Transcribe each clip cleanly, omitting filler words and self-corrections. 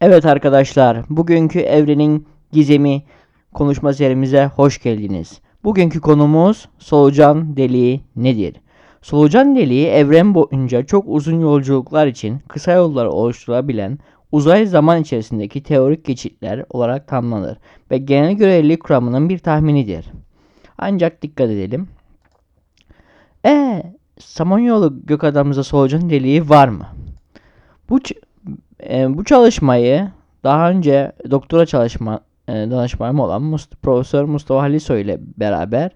Evet arkadaşlar, bugünkü evrenin gizemi konuşma serimize hoş geldiniz. Bugünkü konumuz solucan deliği nedir? Solucan deliği evren boyunca çok uzun yolculuklar için kısa yollar oluşturabilen uzay zaman içerisindeki teorik geçitler olarak tanımlanır ve genel görelilik kuramının bir tahminidir. Ancak dikkat edelim. Samanyolu gökadamızda solucan deliği var mı? Bu bu çalışmayı daha önce doktora danışmanım olan Profesör Mustafa Halisoy ile beraber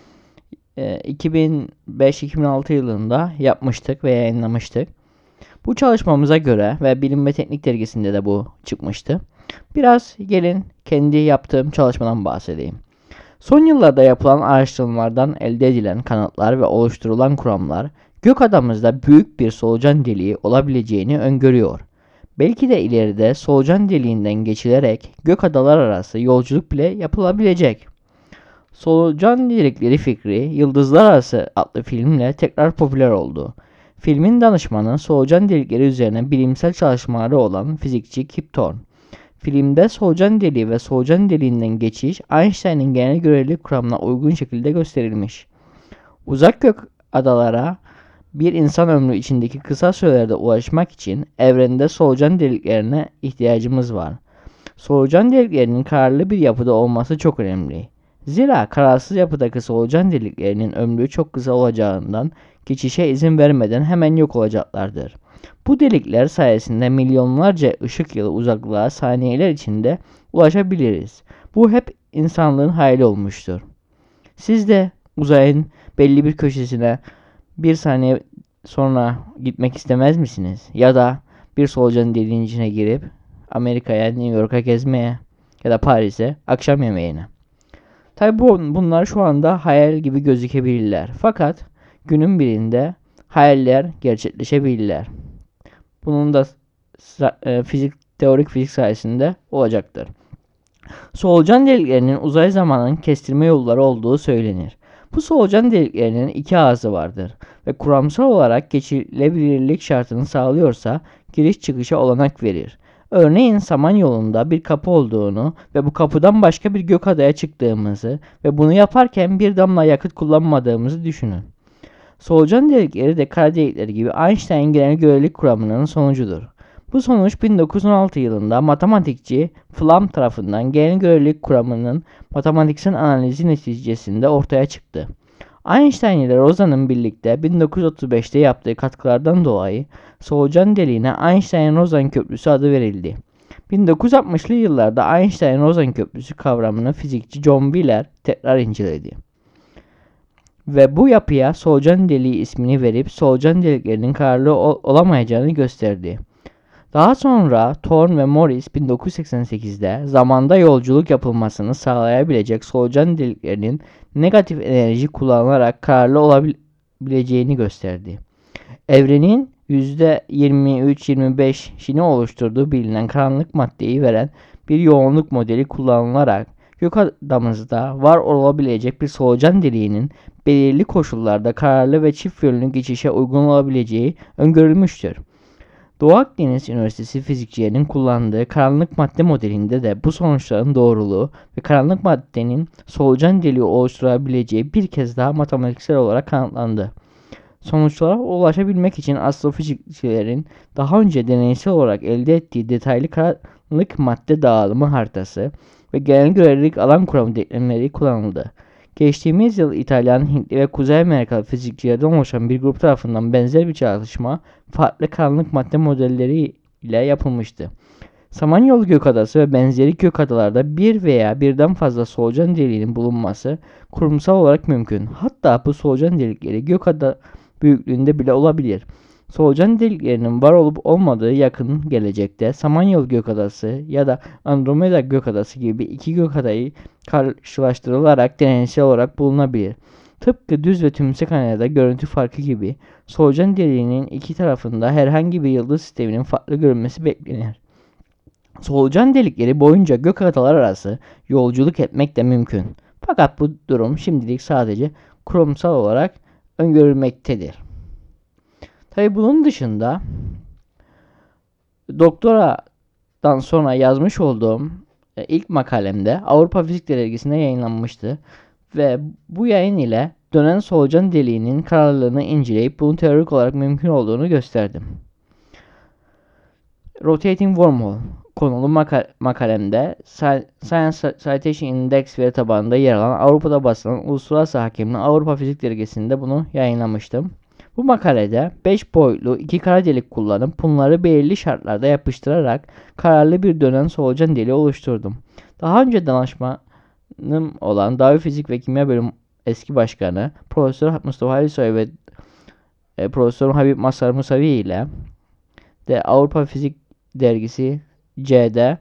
2005-2006 yılında yapmıştık ve yayınlamıştık. Bu çalışmamıza göre ve Bilim ve Teknik dergisinde de bu çıkmıştı. Biraz gelin kendi yaptığım çalışmadan bahsedeyim. Son yıllarda yapılan araştırmalardan elde edilen kanıtlar ve oluşturulan kuramlar gökadamızda büyük bir solucan deliği olabileceğini öngörüyor. Belki de ileride solucan deliğinden geçilerek gök adalar arası yolculuk bile yapılabilecek. Solucan delikleri fikri Yıldızlar Arası adlı filmle tekrar popüler oldu. Filmin danışmanı solucan delikleri üzerine bilimsel çalışmaları olan fizikçi Kip Thorne. Filmde solucan deliği ve solucan deliğinden geçiş Einstein'ın genel görelilik kuramına uygun şekilde gösterilmiş. Uzak gök adalara bir insan ömrü içindeki kısa sürelerde ulaşmak için evrende solucan deliklerine ihtiyacımız var. Solucan deliklerinin kararlı bir yapıda olması çok önemli. Zira kararsız yapıdaki solucan deliklerinin ömrü çok kısa olacağından geçişe izin vermeden hemen yok olacaklardır. Bu delikler sayesinde milyonlarca ışık yılı uzaklığa saniyeler içinde ulaşabiliriz. Bu hep insanlığın hayali olmuştur. Siz de uzayın belli bir köşesine bir saniye sonra gitmek istemez misiniz? Ya da bir solucan deliğin içine girip Amerika'ya, New York'a gezmeye ya da Paris'e akşam yemeğine. Tabi bunlar şu anda hayal gibi gözükebilirler. Fakat günün birinde hayaller gerçekleşebilirler. Bunun da teorik fizik sayesinde olacaktır. Solucan deliklerinin uzay zamanının kestirme yolları olduğu söylenir. Bu solucan deliklerinin iki ağzı vardır ve kuramsal olarak geçilebilirlik şartını sağlıyorsa giriş çıkışa olanak verir. Örneğin Samanyolu'nda bir kapı olduğunu ve bu kapıdan başka bir gökadaya çıktığımızı ve bunu yaparken bir damla yakıt kullanmadığımızı düşünün. Solucan delikleri de kara delikleri gibi Einstein genel görelilik kuramının sonucudur. Bu sonuç 1916 yılında matematikçi Flam tarafından genel görelilik kuramının matematiksel analizi neticesinde ortaya çıktı. Einstein ile Rosa'nın birlikte 1935'te yaptığı katkılardan dolayı solucan deliğine Einstein-Rosen köprüsü adı verildi. 1960'lı yıllarda Einstein-Rosen köprüsü kavramını fizikçi John Wheeler tekrar inceledi. Ve bu yapıya solucan deliği ismini verip solucan deliklerinin kararlı olamayacağını gösterdi. Daha sonra Thorne ve Morris 1988'de zamanda yolculuk yapılmasını sağlayabilecek solucan deliklerinin negatif enerji kullanılarak kararlı olabileceğini gösterdi. Evrenin %23-25'ini oluşturduğu bilinen karanlık maddeyi veren bir yoğunluk modeli kullanılarak gökadamızda var olabilecek bir solucan deliğinin belirli koşullarda kararlı ve çift yönlü geçişe uygun olabileceği öngörülmüştür. Doğu Akdeniz Üniversitesi fizikçilerinin kullandığı karanlık madde modelinde de bu sonuçların doğruluğu ve karanlık maddenin solucan deliği oluşturabileceği bir kez daha matematiksel olarak kanıtlandı. Sonuçlara ulaşabilmek için astrofizikçilerin daha önce deneysel olarak elde ettiği detaylı karanlık madde dağılımı haritası ve genel görelilik alan kuramı denklemleri kullanıldı. Geçtiğimiz yıl İtalyan, Hintli ve Kuzey Amerikalı fizikçilerden oluşan bir grup tarafından benzer bir çalışma farklı karanlık madde modelleri ile yapılmıştı. Samanyolu gökadası ve benzeri gökadalarda bir veya birden fazla solucan deliğinin bulunması kurumsal olarak mümkün. Hatta bu solucan delikleri gökada büyüklüğünde bile olabilir. Solucan deliklerinin var olup olmadığı yakın gelecekte Samanyolu gökadası ya da Andromeda gökadası gibi iki gökadayı karşılaştırılarak deneysel olarak bulunabilir. Tıpkı düz ve tümsek aynada görüntü farkı gibi solucan deliğinin iki tarafında herhangi bir yıldız sisteminin farklı görünmesi beklenir. Solucan delikleri boyunca gökadalar arası yolculuk etmek de mümkün. Fakat bu durum şimdilik sadece kurumsal olarak öngörülmektedir. Tabi bunun dışında doktora yıllardan sonra yazmış olduğum ilk makalemde Avrupa Fizik Dergisi'nde yayınlanmıştı. Ve bu yayın ile dönen solucan deliğinin kararlılığını inceleyip bunun teorik olarak mümkün olduğunu gösterdim. Rotating Wormhole konulu makalemde Science Citation Index veri tabanında yer alan Avrupa'da basılan Uluslararası Hakemliği Avrupa Fizik Dergisi'nde bunu yayınlamıştım. Bu makalede 5 boyutlu 2 kara delik kullanıp bunları belirli şartlarda yapıştırarak kararlı bir dönen solucan deliği oluşturdum. Daha önce danışmanım olan Davi Fizik ve Kimya Bölüm eski başkanı Profesör Mustafa Alisoy ve Profesör Habib Mazhar Musavi ile de Avrupa Fizik Dergisi C'de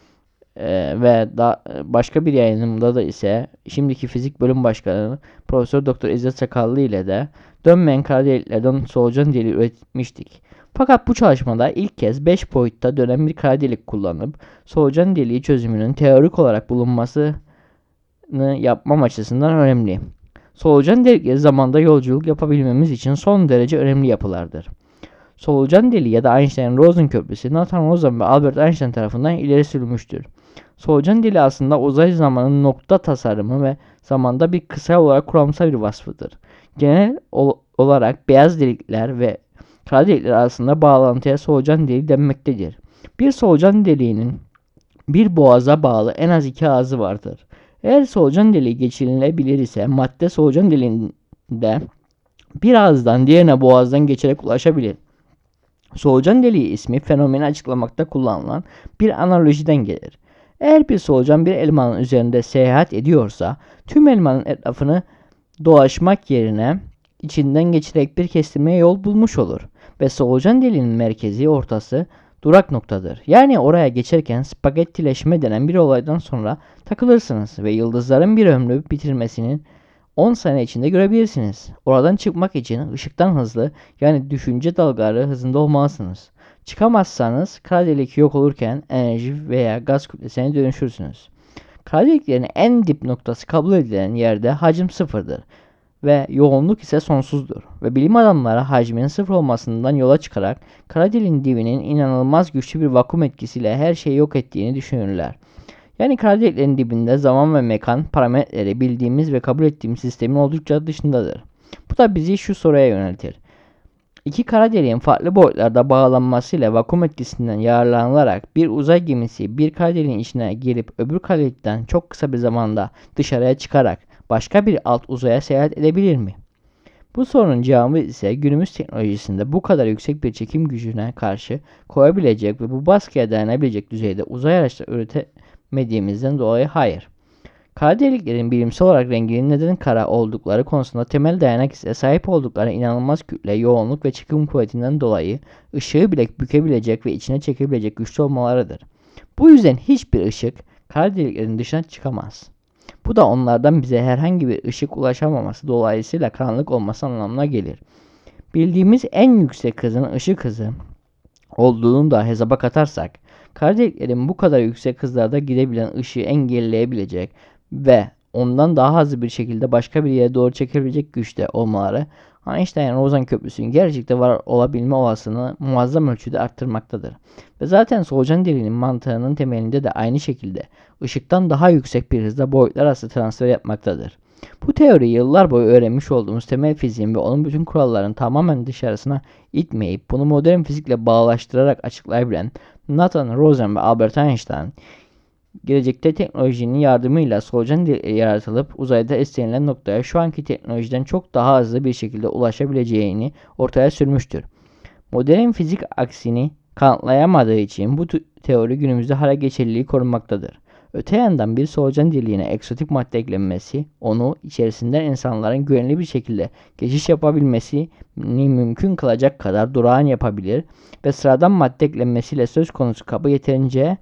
ve başka bir yayınımda da ise şimdiki Fizik Bölüm Başkanı Profesör Doktor İzzet Sakallı ile de dönmeyen kara deliklerden solucan deliği üretmiştik. Fakat bu çalışmada ilk kez 5 boyutta dönen bir kara delik kullanıp solucan deliği çözümünün teorik olarak bulunmasını yapmam açısından önemli. Solucan delikleri zamanda yolculuk yapabilmemiz için son derece önemli yapılardır. Solucan deliği ya da Einstein-Rosen köprüsü Nathan Rosen ve Albert Einstein tarafından ileri sürülmüştür. Solucan deliği aslında uzay zamanın nokta tasarımı ve zamanda bir kısa olarak kuramsal bir vasfıdır. Genel olarak beyaz delikler ve kara delikler arasında bağlantıya solucan deliği denmektedir. Bir solucan deliğinin bir boğaza bağlı en az 2 ağzı vardır. Eğer solucan deliği geçirilebilir ise madde solucan deliğinde bir ağızdan diğerine boğazdan geçerek ulaşabilir. Solucan deliği ismi fenomeni açıklamakta kullanılan bir analojiden gelir. Eğer bir solucan bir elmanın üzerinde seyahat ediyorsa tüm elmanın etrafını dolaşmak yerine içinden geçerek bir kestirmeye yol bulmuş olur ve solucan deliğinin merkezi ortası durak noktadır. Yani oraya geçerken spagettileşme denen bir olaydan sonra takılırsınız ve yıldızların bir ömrü bitirmesinin 10 sene içinde görebilirsiniz. Oradan çıkmak için ışıktan hızlı yani düşünce dalgaları hızında olmalısınız. Çıkamazsanız kara delik yok olurken enerji veya gaz kütlesine dönüşürsünüz. Kara deliklerin en dip noktası kabul edilen yerde hacim sıfırdır ve yoğunluk ise sonsuzdur. Ve bilim adamları hacmin sıfır olmasından yola çıkarak kara deliğin dibinin inanılmaz güçlü bir vakum etkisiyle her şeyi yok ettiğini düşünürler. Yani kara deliklerin dibinde zaman ve mekan parametreleri bildiğimiz ve kabul ettiğimiz sistemin oldukça dışındadır. Bu da bizi şu soruya yöneltir. İki kara deliğin farklı boyutlarda bağlanmasıyla vakum etkisinden yararlanılarak bir uzay gemisi bir kara deliğin içine girip öbür kara delikten çok kısa bir zamanda dışarıya çıkarak başka bir alt uzaya seyahat edebilir mi? Bu sorunun cevabı ise günümüz teknolojisinde bu kadar yüksek bir çekim gücüne karşı koyabilecek ve bu baskıya dayanabilecek düzeyde uzay araçları üretemediğimizden dolayı hayır. Kara deliklerin bilimsel olarak renginin neden kara oldukları konusunda temel dayanak ise sahip oldukları inanılmaz kütle, yoğunluk ve çekim kuvvetinden dolayı ışığı bile bükebilecek ve içine çekebilecek güçlü olmalarıdır. Bu yüzden hiçbir ışık kara deliklerin dışına çıkamaz. Bu da onlardan bize herhangi bir ışık ulaşamaması dolayısıyla karanlık olması anlamına gelir. Bildiğimiz en yüksek hızın ışık hızı olduğunu da hesaba katarsak, kara deliklerin bu kadar yüksek hızlarda gidebilen ışığı engelleyebilecek ve ondan daha hızlı bir şekilde başka bir yere doğru çekebilecek güçte olmaları Einstein-Rosen köprüsünün gerçekte var olabilme olasılığını muazzam ölçüde arttırmaktadır. Ve zaten solucan deliğinin mantığının temelinde de aynı şekilde ışıktan daha yüksek bir hızda boyutlar arası transfer yapmaktadır. Bu teori yıllar boyu öğrenmiş olduğumuz temel fiziğin ve onun bütün kurallarını tamamen dışarısına itmeyip bunu modern fizikle bağlaştırarak açıklayabilen Nathan Rosen ve Albert Einstein, gelecekte teknolojinin yardımıyla solucan deliği yaratılıp uzayda istenilen noktaya şu anki teknolojiden çok daha hızlı bir şekilde ulaşabileceğini ortaya sürmüştür. Modern fizik aksini kanıtlayamadığı için bu teori günümüzde hala geçerliliği korunmaktadır. Öte yandan bir solucan deliğine egzotik madde eklenmesi, onu içerisinden insanların güvenli bir şekilde geçiş yapabilmesini mümkün kılacak kadar durağan yapabilir ve sıradan madde eklenmesiyle söz konusu kabı yeterince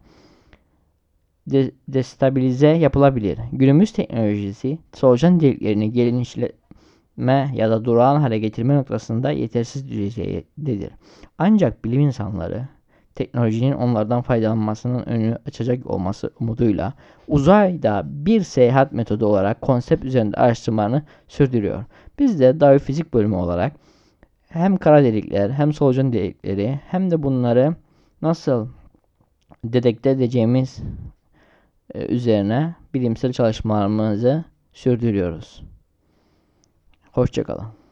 destabilize yapılabilir. Günümüz teknolojisi solucan deliklerini genişletme ya da durağan hale getirme noktasında yetersiz düzeydedir. Ancak bilim insanları teknolojinin onlardan faydalanmasının önünü açacak olması umuduyla uzayda bir seyahat metodu olarak konsept üzerinde araştırmalarını sürdürüyor. Biz de Davi Fizik Bölümü olarak hem kara delikler hem solucan delikleri hem de bunları nasıl detekte edeceğimiz üzerine bilimsel çalışmalarımızı sürdürüyoruz. Hoşça kalın.